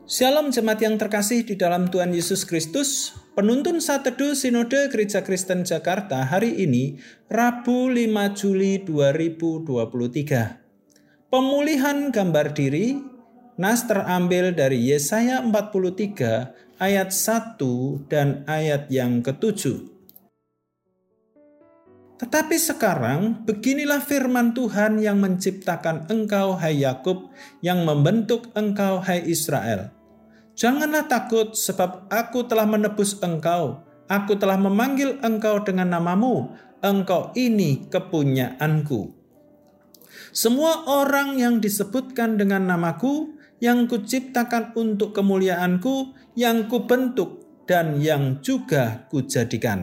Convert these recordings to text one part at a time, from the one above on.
Shalom jemaat yang terkasih di dalam Tuhan Yesus Kristus. Penuntun Saat Teduh Sinode Gereja Kristen Jakarta hari ini, Rabu 5 Juli 2023. Pemulihan gambar diri, nas terambil dari Yesaya 43 ayat 1 dan ayat yang ke-7. Tetapi sekarang, beginilah firman Tuhan yang menciptakan engkau, hai Yakub, yang membentuk engkau, hai Israel. Janganlah takut, sebab aku telah menebus engkau. Aku telah memanggil engkau dengan namamu. Engkau ini kepunyaanku. Semua orang yang disebutkan dengan namaku, yang kuciptakan untuk kemuliaanku, yang kubentuk dan yang juga kujadikan.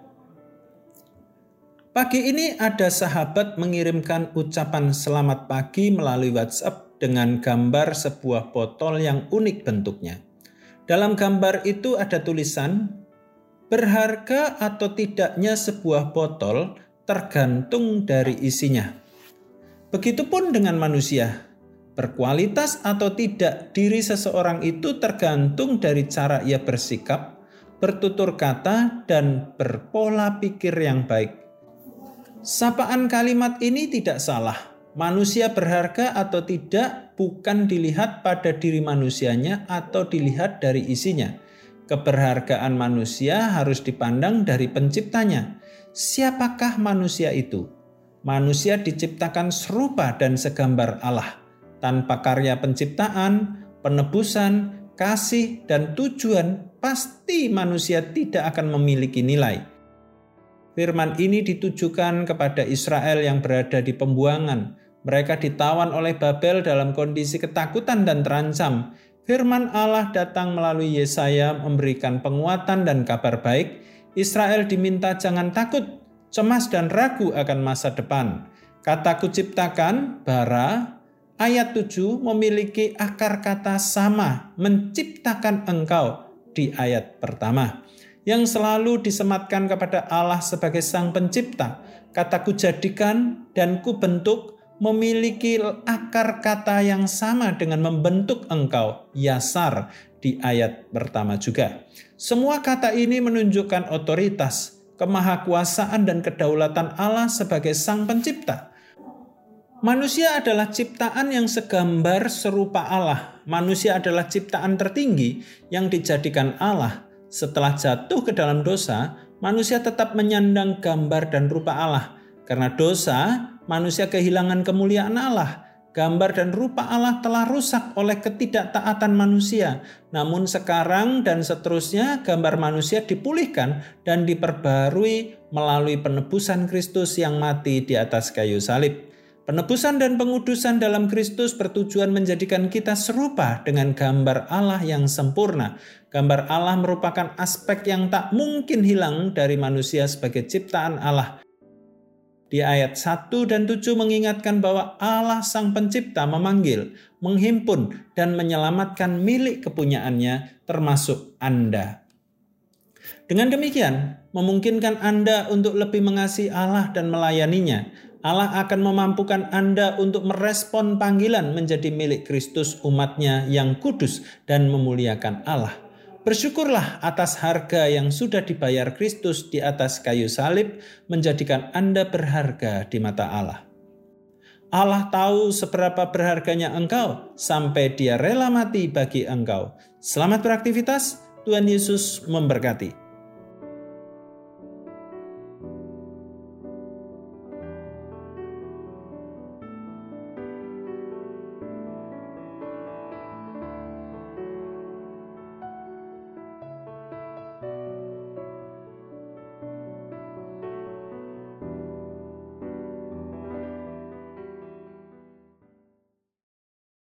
Pagi ini ada sahabat mengirimkan ucapan selamat pagi melalui WhatsApp dengan gambar sebuah botol yang unik bentuknya. Dalam gambar itu ada tulisan, berharga atau tidaknya sebuah botol tergantung dari isinya. Begitupun dengan manusia, berkualitas atau tidak diri seseorang itu tergantung dari cara ia bersikap, bertutur kata, dan berpola pikir yang baik. Sapaan kalimat ini tidak salah. Manusia berharga atau tidak bukan dilihat pada diri manusianya atau dilihat dari isinya. Keberhargaan manusia harus dipandang dari penciptanya. Siapakah manusia itu? Manusia diciptakan serupa dan segambar Allah. Tanpa karya penciptaan, penebusan, kasih, dan tujuan, pasti manusia tidak akan memiliki nilai. Firman ini ditujukan kepada Israel yang berada di pembuangan. Mereka ditawan oleh Babel dalam kondisi ketakutan dan terancam. Firman Allah datang melalui Yesaya memberikan penguatan dan kabar baik. Israel diminta jangan takut, cemas dan ragu akan masa depan. Kata kuciptakan, bara, ayat 7 memiliki akar kata sama, menciptakan engkau di ayat pertama. Yang selalu disematkan kepada Allah sebagai Sang Pencipta. Kata kujadikan dan kubentuk memiliki akar kata yang sama dengan membentuk engkau, yasar, di ayat pertama juga. Semua kata ini menunjukkan otoritas, kemahakuasaan dan kedaulatan Allah sebagai Sang Pencipta. Manusia adalah ciptaan yang segambar serupa Allah. Manusia adalah ciptaan tertinggi yang dijadikan Allah. Setelah jatuh ke dalam dosa, manusia tetap menyandang gambar dan rupa Allah. Karena dosa, manusia kehilangan kemuliaan Allah. Gambar dan rupa Allah telah rusak oleh ketidaktaatan manusia. Namun sekarang dan seterusnya gambar manusia dipulihkan dan diperbarui melalui penebusan Kristus yang mati di atas kayu salib. Penebusan dan pengudusan dalam Kristus bertujuan menjadikan kita serupa dengan gambar Allah yang sempurna. Gambar Allah merupakan aspek yang tak mungkin hilang dari manusia sebagai ciptaan Allah. Di ayat 1 dan 7 mengingatkan bahwa Allah Sang Pencipta memanggil, menghimpun, dan menyelamatkan milik kepunyaannya termasuk Anda. Dengan demikian, memungkinkan Anda untuk lebih mengasihi Allah dan melayaninya. Allah akan memampukan Anda untuk merespon panggilan menjadi milik Kristus umatnya yang kudus dan memuliakan Allah. Bersyukurlah atas harga yang sudah dibayar Kristus di atas kayu salib menjadikan Anda berharga di mata Allah. Allah tahu seberapa berharganya engkau sampai Dia rela mati bagi engkau. Selamat beraktivitas, Tuhan Yesus memberkati.